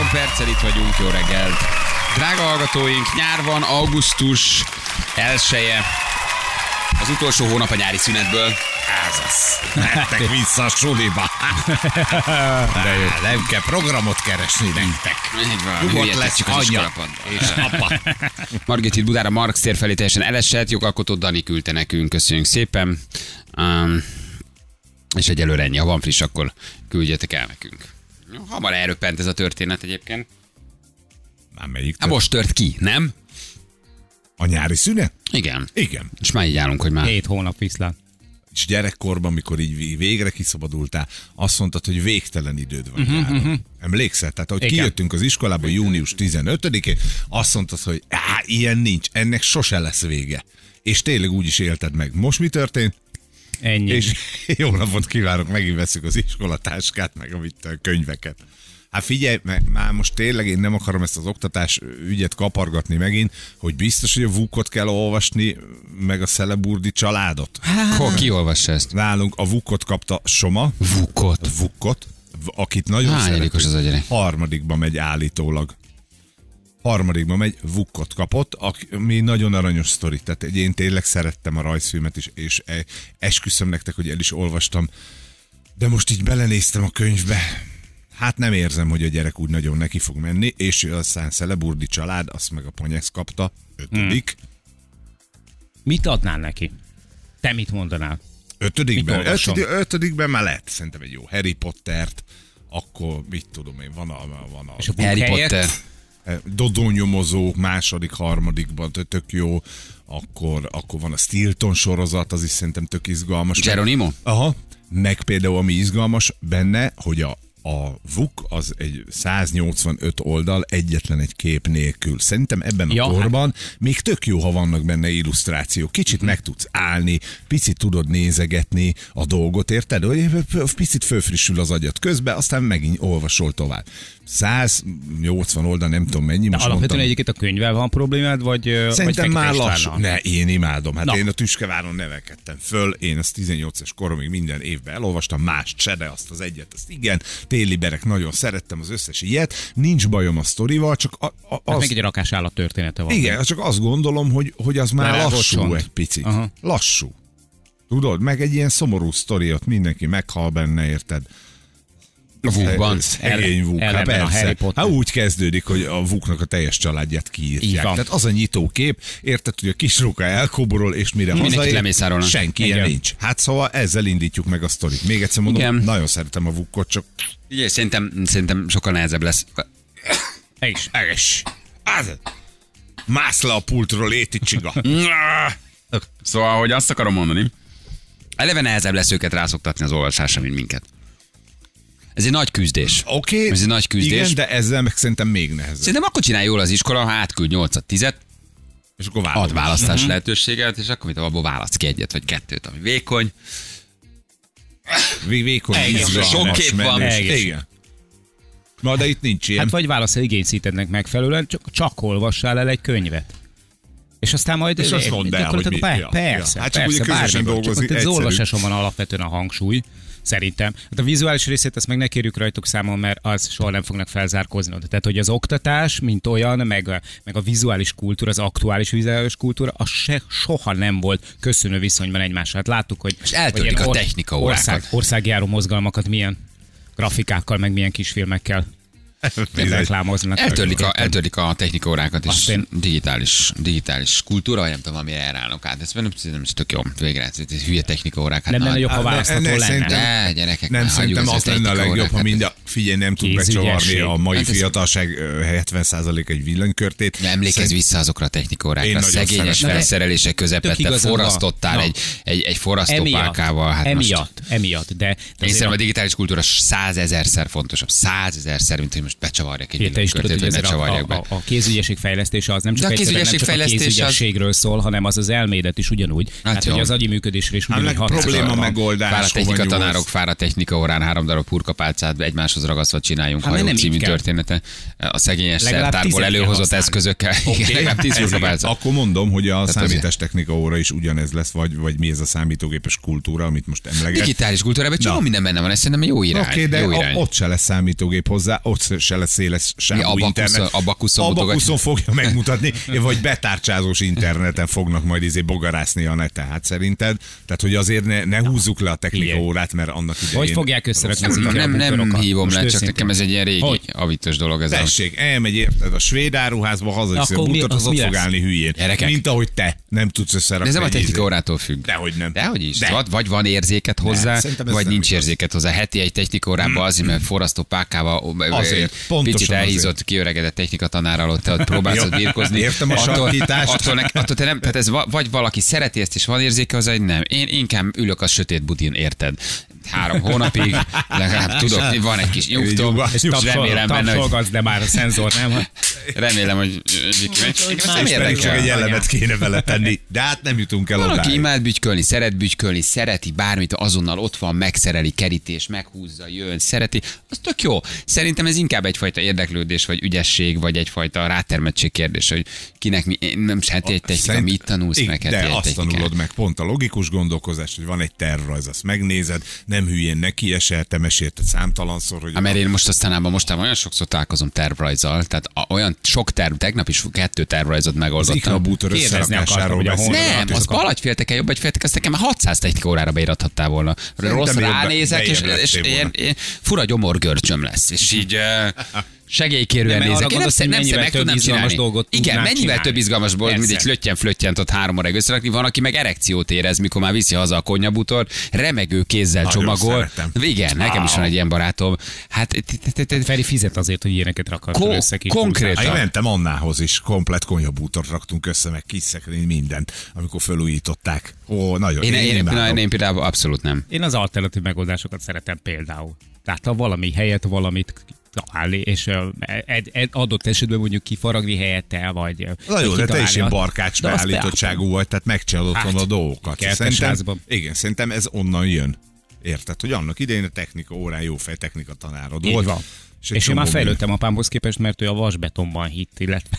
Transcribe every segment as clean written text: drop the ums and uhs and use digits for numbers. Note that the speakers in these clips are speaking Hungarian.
perccel itt vagyunk, jó reggelt. Drága hallgatóink, nyár van, augusztus 1-e. Az utolsó hónap a nyári szünetből. Ez az. Mentek vissza a suliba. De nem kell programot keresni nektek. Így van, Nyugodt lesz anya és apa. Margit itt Budára, Marx tér felé teljesen elesett, jogalkotó Dani küldte nekünk, köszönjük szépen. És egyelőre ennyi, ha van friss, akkor küldjetek el nekünk. Hamar elröppent ez a történet egyébként. Már melyik? Hát most tört ki, nem? A nyári szünet? Igen. Igen. És már így állunk, hogy már... 7 hónap viszlát. És gyerekkorban, mikor így végre kiszabadultál, azt mondtad, hogy végtelen időd van nyáron. Emlékszel? Tehát, ahogy kijöttünk az iskolába június 15-én, azt mondtad, hogy ilyen nincs, ennek sose lesz vége. És tényleg úgy is élted meg. Most mi történt? Ennyi. És jó napot kívánok, megint veszük az iskolatáskát, meg a könyveket. Hát figyelj, már most tényleg én nem akarom ezt az oktatás ügyet kapargatni megint, hogy biztos, hogy a Vukot kell olvasni, meg a Szeleburdi családot. Hol kiolvassa ezt? Nálunk a Vukot kapta Soma. Vukot, akit nagyon Hányadikos az a gyerek? Harmadikba megy állítólag. Harmadikba megy, Vukot kapott, ami nagyon aranyos sztori. Tehát én tényleg szerettem a rajzfilmet is, és esküszöm nektek, hogy el is olvastam. De most így belenéztem a könyvbe. Hát nem érzem, hogy a gyerek úgy nagyon neki fog menni, és aztán Szeleburdi család, azt meg a Ponyesz kapta, 5. Mit adnál neki? Te mit mondanál? 5-ben már lehet szerintem egy jó Harry Pottert, akkor mit tudom én, van a És a Harry helyett? Potter. Dodónyomozók, második, harmadikban tök jó, akkor van a Stilton sorozat, az is szerintem tök izgalmas. Geronimo? Aha, meg például ami izgalmas benne, hogy a Vuk az egy 185 oldal egyetlen egy kép nélkül. Szerintem ebben a korban még tök jó, ha vannak benne illusztrációk. Kicsit meg tudsz állni, picit tudod nézegetni a dolgot, érted? Picit fölfrissül az agyad közben, aztán megint olvasol tovább. 180 oldal, nem tudom mennyi. De most alapvetően mondtam, egyébként a könyvvel van problémád, vagy szerintem vagy már lassú. Istvánnal? Ne, én imádom. Hát Na. én a Tüskeváron nevelkedtem föl, én azt 18-es koromig minden évben elolvastam, mást se, de azt az egyet, azt igen. Téli berek, nagyon szerettem az összes ilyet. Nincs bajom a sztorival, csak Hát meg egy rakás állat története van. igen, csak azt gondolom, hogy az már lassú Elbocsont. egy picit. Aha. Lassú. Tudod, meg egy ilyen szomorú sztori, ott mindenki meghal benne, érted? A Vukban. Szegény Vuk, hát ellenben a Harry persze. Potter. Hát úgy kezdődik, hogy a Vuknak a teljes családját Így kiírtják. van. Tehát az a nyitókép, érted, hogy a kisróka elkoborol, és mire Mindenkit hazaér, lemészárolnak. senki ilyen Igen. nincs. Hát szóval ezzel indítjuk meg a sztorit. Még egyszer mondom, Igen. nagyon szeretem a Vukot, csak Ugye, szerintem sokkal nehezebb lesz. egész. Mász le a pultról, Léti csiga. Szóval, hogy azt akarom mondani, eleve nehezebb lesz őket rászoktatni az olvasásra, mint minket. Ez egy nagy küzdés. Oké, Ez egy nagy küzdés. igen, de ezzel meg szerintem még nehezebb. Szerintem akkor csinálj jól az iskola, ha átküld 8-10-et, És akkor ad választás lehetőséget, és akkor abból választ ki egyet vagy kettőt, ami vékony. Vékony, Egész. izgalmas, Sok kép van. menős. Egész. Igen. Na, de itt nincs ilyen. Hát vagy válasz igényszítetnek megfelelően, csak olvassál el egy könyvet. És aztán majd... És azt mondd el, hogy mi. Persze, Hát csak ugye közösen dolgozni az egyszerű. olvasáson van alapvetően a hangsúly, szerintem. Hát a vizuális részét azt meg ne kérjük rajtuk számon, mert az soha nem fognak felzárkózni. Tehát, hogy az oktatás, mint olyan, meg a vizuális kultúra, az aktuális vizuális kultúra, az soha nem volt köszönő viszonyban egymással. Hát láttuk, hogy... És eltörlik hogy a ilyen technika órákat. Országjáró mozgalmakat milyen grafikákkal, meg milyen kisfilmekkel reklámoznak. Eltörlik a technikaórákat, és Azt én- digitális kultúra, vagy nem tudom, amire elrállnak át. Ez nem is tök jó, végre, ez hülye technikaórák. Hát Nem lenne jobb, ha Ne, választható lenne. szerintem- De gyerekek, Nem, már hagyjuk szerintem ezt az lenne a legjobb, ha technikaórákat. mind figyelj, nem tud Kézügyesség. megcsavarni a mai Hát ez- fiatalság 70% egy villanykörtét. De emlékezz vissza azokra a Én technikaórákra, nagyon szegényes szeretem. felszerelések közepette Tök igazad van. forrasztottál Na. egy forrasztópálkával. Hát most Emiatt, de... én szerintem a digitális kultúra 100 000-szer fontosabb. 100 000-szer, mint hogy most becsavarják egy Te is tudod, villanykörtét, hogy vagy ne csavarják be. a kézügyesség fejlesztése az nem csak De a egyszerűen nem csak a kézügyesség fejlesztése az- kézügyességről szól, hanem az elmédet is ugyanúgy. Hát, jó. hogy az agyi működésre is ugyanúgy meg hatással probléma van. megoldás. Fáradt hova technika nyúlsz? tanárok, fáradt technika órán 3 darab purkapálcát egymáshoz ragasztva csináljunk Hát, hajó mert nem című így kell. története. A szegényes Legalább szertárból 10 kell előhozott használni. eszközökkel. Igen, legalább 10 Ez igen. purkapálcát. Akkor mondom, hogy a azért- számítástechnika óra is ugyanez lesz, vagy mi ez a számítógépes kultúra, amit most emleget. Digitális kultúrában csomó minden benne van, ez szerintem jó irány. Oké, de jó irány. ott se lesz számítógép hozzá, ott se lesz széles sávú internet. Abakuszon fogja megmutatni, vagy betárcsázós interneten fognak majd bogarászni a neten. Hát szerinted? Tehát, hogy azért ne húzzuk le a technika órát, mert annak idején... Hogy fogják összerakni az Nem hívom le, csak nekem ez egy ilyen régi avitos dolog. Tessék, elmegy érted a svéd áruházba, hazaviszi a butot, az ott fog állni hülyén. Mint ahogy te nem tudsz összerakni. De ez nem a technika órától függ. Dehogy nem. Dehogy is. Vagy van érzéket hozzá, vagy nincs érzéket hozzá. Heti egy technika órában azért, mert forrasztó pákával picit elhízott, kiöregedett technika tanárral ott próbálsz birkozni. Értem a sarkítást. Attól te nem, tehát ez vagy valaki szereti ezt és van érzéke hozzá, vagy nem. Én inkább ülök a sötét butin, érted? 3 hónapig, legalább tudok, van egy kis nyugtom, és remélem benne, hogy... de már a szenzor nem. Remélem, hogy nem érdekel. Csak egy elemet kéne vele tenni, de hát nem jutunk el odáig. Valaki imád bütykölni, szereti bármit, azonnal ott van, megszereli, kerítés, meghúzza, jön, szereti, az tök jó. Szerintem ez inkább egyfajta érdeklődés, vagy ügyesség, vagy egyfajta rátermettség kérdés, hogy kinek nem heti egy technika, mit tanulsz meg heti egy technikát. De azt tanulod meg pont a logikus gondolkozás, hogy van egy tervrajz, azt megnézed, nem hülyén neki esel, te mesélted számtalanszor, hogy... Mert én mostában olyan sokszor találkozom tervrajzzal, tehát olyan sok terv, tegnap is 2 tervrajzot megoldottam. Az ikrabútor összerakásáról beszélni. Nem, az bal agyfélteke, jobb agyféltek, azt nekem 600 technika órára beírathattál volna. Rossz ránézek, és fura gyomorgörcsöm lesz, és így... segélykérően nézek. Nem meg tudnám csinálni. Igen, mennyivel több izgalmas volt, mint egy flöttyent ott 3 óráig összerakni. Van, aki meg erekciót érez, mikor már viszi haza a konyhabútort, remegő kézzel csomagol. Igen, nekem is van egy ilyen barátom. Hát Feri fizet azért, hogy ilyeneket rakhatod össze. Konkrétan. Én mentem Annához is, komplet konyhabútort raktunk össze, meg kis szekrény, mindent, amikor felújították. Ó, nagyon. Én például abszolút nem. Én az alternatív megoldásokat szeretem például. Tehát ha valami helyett valamit találni, és adott esetben mondjuk kifaragni helyette, vagy... Na jó, de te is ilyen barkács beállítottságú vagy, tehát megcsinálod a dolgokat. Szerintem ez onnan jön. Érted, hogy annak idején a technika órán jó fej technika tanárod volt. Van. És én már fejlődtem apámhoz képest, mert ő a vasbetonban hitt, illetve...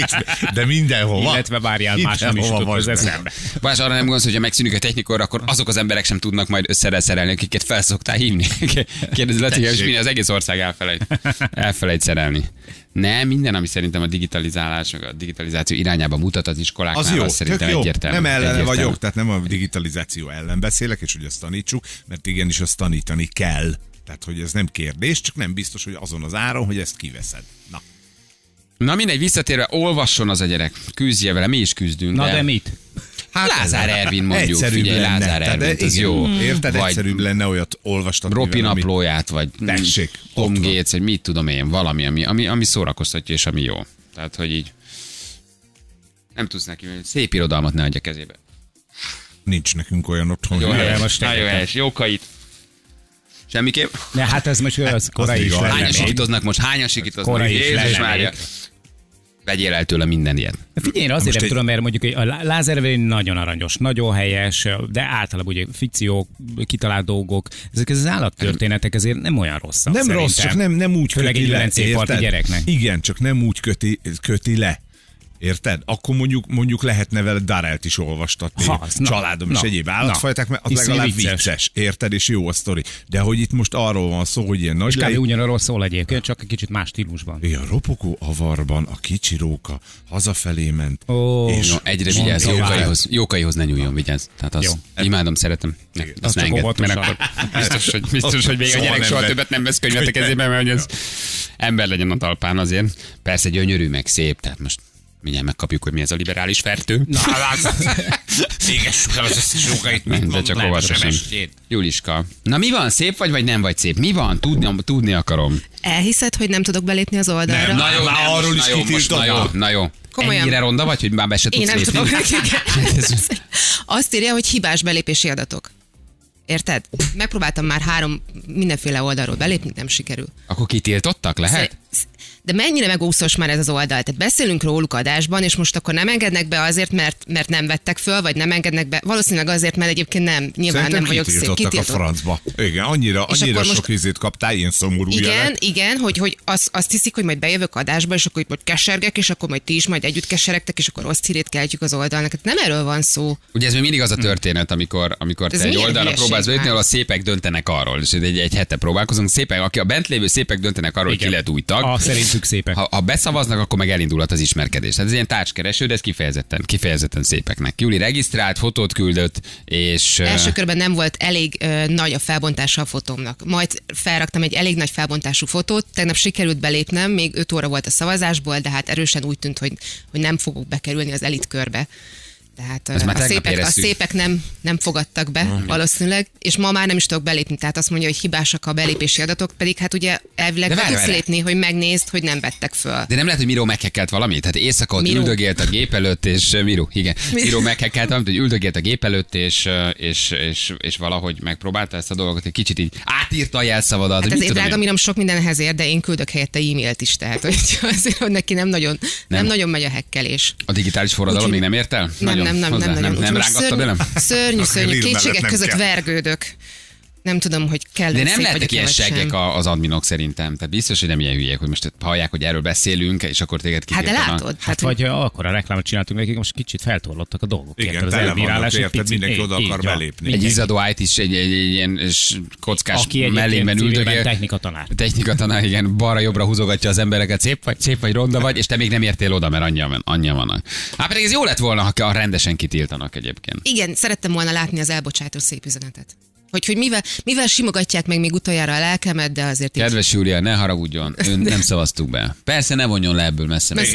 De mindenhova. Illetve várjál, más nem is jutott az eszembe. Bár arra nem gondolsz, hogyha megszűnik a technikóra, akkor azok az emberek sem tudnak majd összeszerelni, akiket felszoktál hívni. Kérdezi Laci, és minden az egész ország elfelejt szerelni. Nem, minden, ami szerintem a digitalizálás, meg a digitalizáció irányába mutat az iskoláknál, az jó, az szerintem jó. egyértelmű. Nem ellene vagyok, tehát nem a digitalizáció ellen beszélek, és hogy azt tanítsuk, mert igenis azt tanítani kell. Tehát, hogy ez nem kérdés, csak nem biztos, hogy azon az áron, hogy ezt kiveszed. Na mindegy, visszatérve, olvasson az a gyerek. Küzdje vele, mi is küzdünk. Na de mit? Hát Lázár Ervin mondjuk. Figyelj, Lázár Ervin, ez jó. Érted, egyszerűbb lenne olyat olvastatni. Ropi naplóját, vagy Tom Gates, vagy mit tudom én, valami, ami szórakoztatja, és ami jó. Tehát, hogy így nem tudsz neki, szép irodalmat ne adja kezébe. Nincs nekünk olyan otthon. Jó helyes, jókait. Semmiképp. Ne, hát ez most az korai is lenne. Hányan sikítoznak most? Hányan sikítoznak? Korai is lenne. Vegyél el tőle minden ilyet. Figyelj, én azért nem tudom, mert mondjuk a Lázár Ervin nagyon aranyos, nagyon helyes, de általában ugye fikciók, kitalált dolgok, ezek az állattörténetek ezért nem olyan rosszak. Nem szerintem. rossz, csak nem úgy főleg köti le. Főleg egy gyereknek. Igen, csak nem úgy köti le. Érted? Akkor mondjuk lehetne vele Darrellt is olvastatni. Családom és egyéb állatfajták, mert az legalább vicces. Érted? És jó a sztori. De hogy itt most arról van szó, hogy ilyen nagy... És kb. Ugyanarról szól egyébként, csak egy kicsit más stílusban. A ropogó avarban a kicsi róka hazafelé ment. És egyre vigyázz, jókaihoz ne nyúljon, vigyázz. Tehát azt imádom, szeretem. Azt ne engedd, mert akkor biztos, hogy még a gyerek soha többet nem vesz könyvet a kezébe, mert hogy az ember legyen a talpán azért. Persze gyönyörű, meg szép, tehát most mindjárt megkapjuk, hogy mi ez a liberális fertő. Na, égessük el az összes jókait. De csak óvatosan. Juliska. Na mi van, szép vagy nem vagy szép? Mi van? Tudni akarom. Elhiszed, hogy nem tudok belépni az oldalra? Nem, na jó, arról is kitiltott. Na jó. Komolyan. Ennyire ronda vagy, hogy már be se tudsz lépni? Én nem tudok. Azt írja, hogy hibás belépési adatok. Érted? Megpróbáltam már 3 mindenféle oldalról belépni, nem sikerül. Akkor kitiltottak, lehet? de mennyire megúszós már ez az oldal. Tehát beszélünk róluk adásban, és most akkor nem engednek be azért, mert nem vettek föl, vagy nem engednek be. Valószínűleg azért, mert egyébként nem. Nyilván szerintem nem vagyok szép. Kitiltottak a francba. Igen, annyira sok ízét kaptál, ilyen szomorú Igen, hogy azt hiszik, hogy majd bejövök adásba, és akkor majd kesergek, és akkor majd ti is majd együtt keseregtek, és akkor rossz hírét keltjük az oldalnak. Hát nem erről van szó. Ugye ez még mindig az a történet, amikor te egy oldalra próbálsz bejutni, ahol a szépek döntenek arról, és egy hete próbálkozunk. Szépek, a bent lévő szépek döntenek arról, hogy ki lehet új tag. Szerintük szépek. Ha beszavaznak, akkor meg elindulhat az ismerkedés. Tehát ez ilyen társkereső, de ez kifejezetten szépeknek. Júli regisztrált, fotót küldött, és... Első körben nem volt elég nagy a felbontása a fotómnak. Majd felraktam egy elég nagy felbontású fotót, tegnap sikerült belépnem, még 5 óra volt a szavazásból, de hát erősen úgy tűnt, hogy nem fogok bekerülni az elit körbe. Tehát a szépek nem fogadtak be valószínűleg, és ma már nem is tudok belépni, tehát azt mondja, hogy hibásak a belépési adatok, pedig hát ugye elvileg be tudsz lépni, hogy megnézd, hogy nem vettek föl. De nem lehet, hogy Miró meghekkelt valamit? Tehát éjszaka ott üldögélt a gép előtt, és Miró meghekkelt valamit, hogy üldögélt a gép előtt, és valahogy megpróbálta ezt a dolgot, egy kicsit így átírta a jelszavadat. Hát ezért drága Mirom sok mindenhez ér, de én küldök helyette e-mailt is, tehát hogy azért, hogy neki nem nagyon megy a hekkelés. A digitális forradalom még nem ért el? Nem rángatta belem? Szörnyű, kétségek között vergődök. Nem tudom, hogy kell. De nem lehetnek ilyen seggek az adminok szerintem. Tehát biztos, hogy nem ilyen hülyék, hogy most hallják, hogy erről beszélünk, és akkor téged kitiltanak. Hát de látod. Hát vagy akkor a reklámot csináltunk nekik, most kicsit feltorlottak a dolgok. Igen, tele vannak, érted, mindenki oda akar belépni. Egy izzadó IT is egy ilyen kockás mellényben üldögél. Technika tanár, igen, balra-jobbra húzogatja az embereket, szép vagy ronda vagy, és te még nem értél oda, mert annyian vannak. Hát pedig ez jó lett volna, ha rendesen kitiltanak egyébként. Igen, szerettem volna látni az elbocsátó szép üzenetet. Hogy mivel simogatják meg még utoljára a lelkemet, de azért így... Kedves Júlia, ne haragudjon, nem szavaztuk be. Persze ne vonjon le ebből messze. Ne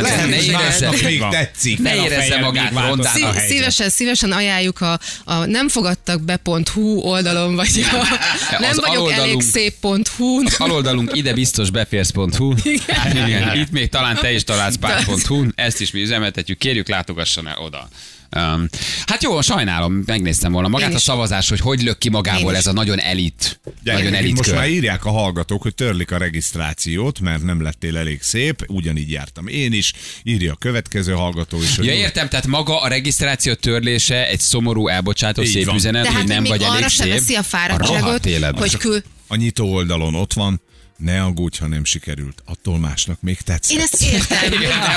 érezze magát rondának. Szívesen ajánljuk a nemfogadtakbe.hu oldalon, vagy nem vagyok elég szép.hu. Az aloldalunk idebiztosbeférsz.hu. Igen. Itt még talán te is találsz pár.hu. Ezt is mi üzemeltetjük, kérjük látogasson el oda. Hát jó, sajnálom, megnéztem volna magát a szavazás, hogy lök ki magából ez a nagyon elit. Most már írják a hallgatók, hogy törlik a regisztrációt, mert nem lettél elég szép, ugyanígy jártam én is, írja a következő hallgató is. Ja, értem, tehát maga a regisztráció törlése egy szomorú, elbocsátó szép üzenet, hogy nem vagy elég szép. Arra sem veszi a fáradtságot, hogy a nyitó oldalon ott van. Ne aggódj, ha nem sikerült. Attól másnak még tetszett. Én ezt értem.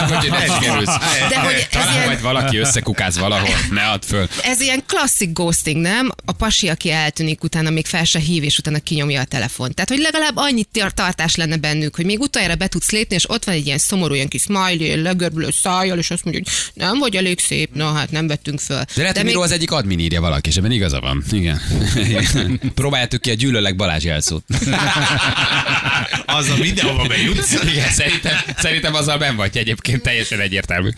De hogy ez ilyen... Majd valaki összekukáz valahol, ne add föl. Ez ilyen klasszik ghosting, nem? A pasi, aki eltűnik, utána még fel se hív, és utána kinyomja a telefont. Tehát, hogy legalább annyi tartás lenne bennük, hogy még utoljára be tudsz lépni, és ott van egy ilyen szomorú, ilyen kis smiley, legörbülő szájjal, és azt mondja, hogy nem vagy elég szép, na hát nem vettünk föl. De lehet, hogy még... az egyik admin írja valaki, és ebben igaza van. Igen. Próbáljátok ki a gyűlölek Balázs jelszót. Az a videóba bejutsz. Igen, szerintem azzal benn vagy egyébként, teljesen egyértelmű.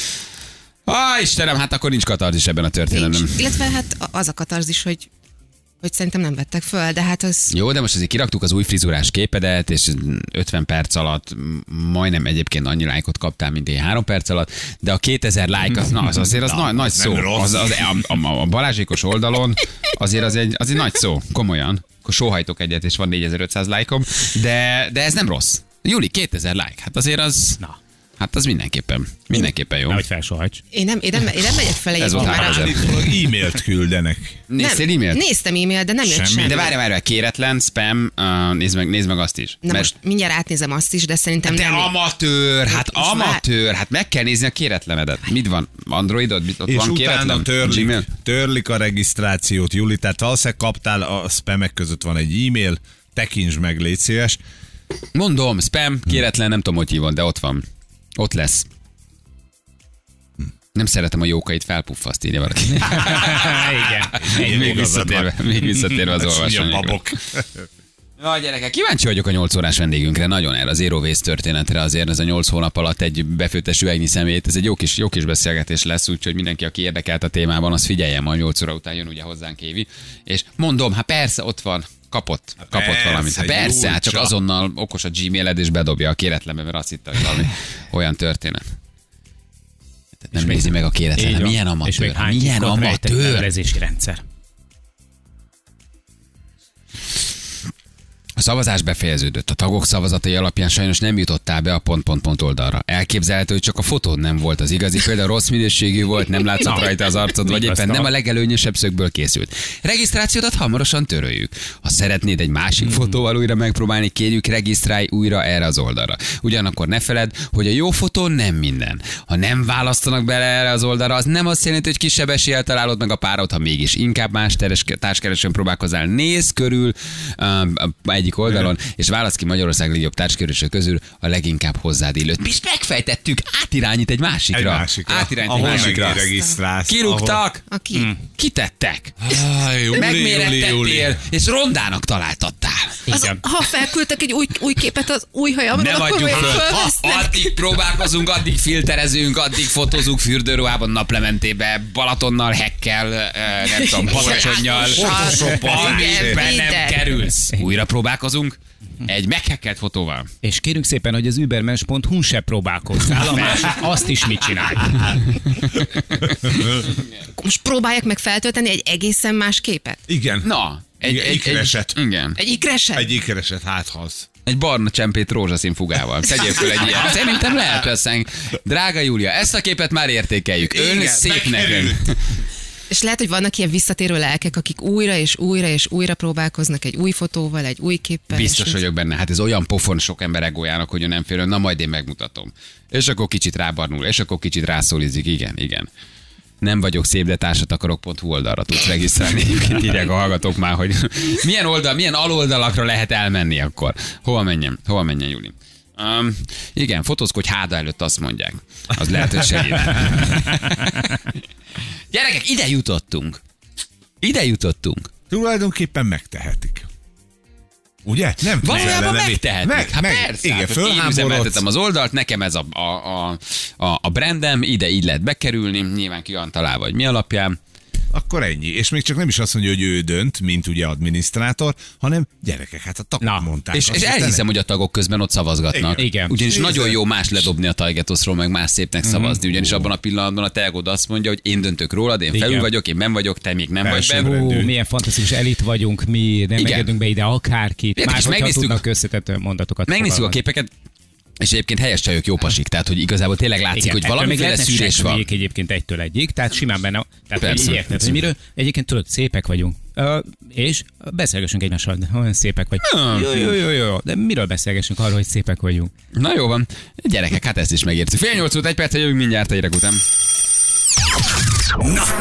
Istenem, hát akkor nincs katarzis ebben a történetben. Illetve hát az a katarzis, hogy szerintem nem vettek föl, de hát az... Jó, de most azért kiraktuk az új frizurás képedet, és 50 perc alatt majdnem egyébként annyi lájkot kaptál, mint én 3 perc alatt, de a 2000 like az azért az nagy szó. A Balázsékos oldalon azért az egy nagy szó, komolyan. Akkor sóhajtok egyet, és van 4500 lájkom, de ez nem rossz. Júli, 2000 like, hát azért az... Hát az mindenképpen jó. Nehogy felsóhajts. Én nem megyek fel egy e-mailt küldenek. Néztél e-mailt? Néztem e-mailt, de nem jött semmi. De várj, kéretlen, spam, nézd meg azt is. Na most mindjárt átnézem azt is, de szerintem nem. De amatőr, hát meg kell nézni a kéretlenedet. Mit van? Androidod? Ott és van kéretlen? Törlik a regisztrációt, Juli, tehát valószínűleg kaptál, a spamek között van egy e-mail, tekintsd meg, légy szíves. Mondom, spam, kéretlen, nem tudom, hogy hívod, de ott van. Ott lesz. Nem szeretem a jókait, felpuffaszt, írja valaki. Igen. Még visszatérve az olvasóanyagba. Na gyerekek, kíváncsi vagyok a 8 órás vendégünkre, nagyon erre az Zero Waste történetre, azért ez a 8 hónap alatt egy befőttes üvegnyi szemét, ez egy jó kis beszélgetés lesz, úgyhogy mindenki, aki érdekelt a témában, az figyeljen, majd 8 óra után jön ugye hozzánk Évi. És mondom, persze ott van, kapott valamit. Persze, hát csak azonnal okos a Gmailed és bedobja a kéretlenbe, mert azt hitte, hogy valami olyan történet. Nem nézi meg a kéretlen. Milyen amatőr? Milyen amatőr? Nevezési rendszer. A szavazás befejeződött. A tagok szavazatai alapján sajnos nem jutottál be a pont oldalra. Elképzelhető, hogy csak a fotód nem volt az igazi, például rossz minőségű volt, nem látszott rajta az arcod, vagy éppen nem a legelőnyösebb szögből készült. Regisztrációdat hamarosan töröljük. Ha szeretnéd egy másik fotóval újra megpróbálni, kérjük, regisztrálj újra erre az oldalra. Ugyanakkor ne feledd, hogy a jó fotó nem minden. Ha nem választanak bele erre az oldalra, az nem azt jelenti, hogy kisebb eséllyel találod meg a párod, ha mégis inkább más társkeresőn próbálkozál. Nézz körül egyik oldalon, és válasz ki Magyarország legjobb társkereső közül a leginkább hozzád illőt. Mi is megfejtettük, átirányít egy másikra. Ahol megregisztrálsz. Kirúgtak? Kitettek. Megmérettettél, és rondának találtattál. Ha felküldtek egy új képet az új hajamról, nem adjuk föl. Addig próbálkozunk, addig filterezünk, addig fotózunk fürdőruhában, naplementébe, Balatonnal, Hekkel, nem tudom, Balacsonnyal, amíg nem kerülsz. Újra próbálkozunk egy meghekkelt fotóval. És kérünk szépen, hogy az übermens.hu se próbálkozzál, a másik azt is mit csinálj. Most próbálják meg feltölteni egy egészen más képet? Igen. Na, egy ikreset. Igen. Egy ikreset? Egy ikreset, háthasz. Egy barna csempét rózsaszín fugával. Tegyél föl egy ilyet. Szerintem lehet veszünk. Drága Júlia, ezt a képet már értékeljük. Ön szép nekünk. És lehet, hogy vannak ilyen visszatérő lelkek, akik újra és újra és újra próbálkoznak egy új fotóval, egy új képpel. Biztos vagyok benne. Hát ez olyan pofon sok ember egójának, hogy ő nem félő. Na majd én megmutatom. És akkor kicsit rábarnul, és akkor kicsit rászólizik. Igen. Nem vagyok szép, de társatakarok.hu oldalra tudsz regisztrálni. Egyébként írják a hallgatók már, hogy milyen aloldalakra lehet elmenni akkor. Hova menjen, Júli? Igen, fotózkodj háda előtt, azt mondják. Az lehet, hogy segít. Gyerekek, ide jutottunk. Tulajdonképpen megtehetik. Ugye? Nem valójában megtehetik. Hát persze. Igen, én üzemeltetem az oldalt, nekem ez a brandem, ide így lehet bekerülni, nyilván ki van találva, hogy mi alapján. Akkor ennyi. És még csak nem is azt mondja, hogy ő dönt, mint ugye adminisztrátor, hanem gyerekek, hát a tagok mondták. És elhiszem, hogy a tagok közben ott szavazgatnak. Igen. Ugyanis nagyon jó más ledobni a Tajgetoszról, meg más szépnek szavazni. Ugyanis abban a pillanatban a Tajgod azt mondja, hogy én döntök rólad, én felül vagyok, én benn vagyok, te még nem vagy benne. Milyen fantasztikus elit vagyunk, mi nem engedünk be ide akárkit. Más, hogyha tudnak összetett mondatokat. Megnézzük a képeket. És egyébként helyes csajok, jó pasik, tehát hogy igazából tényleg látszik, igen, hogy valamiféle szűrés van. Egyébként egytől egyig, tehát simán benne, tehát érted, hogy miről, egyébként tudod, szépek vagyunk, és beszélgessünk egymással, de olyan szépek vagy. Jó, de miről beszélgessünk arról, hogy szépek vagyunk? Na jó van, gyerekek, hát ezt is megértjük. 7:08 1 perc, jövünk mindjárt egy után.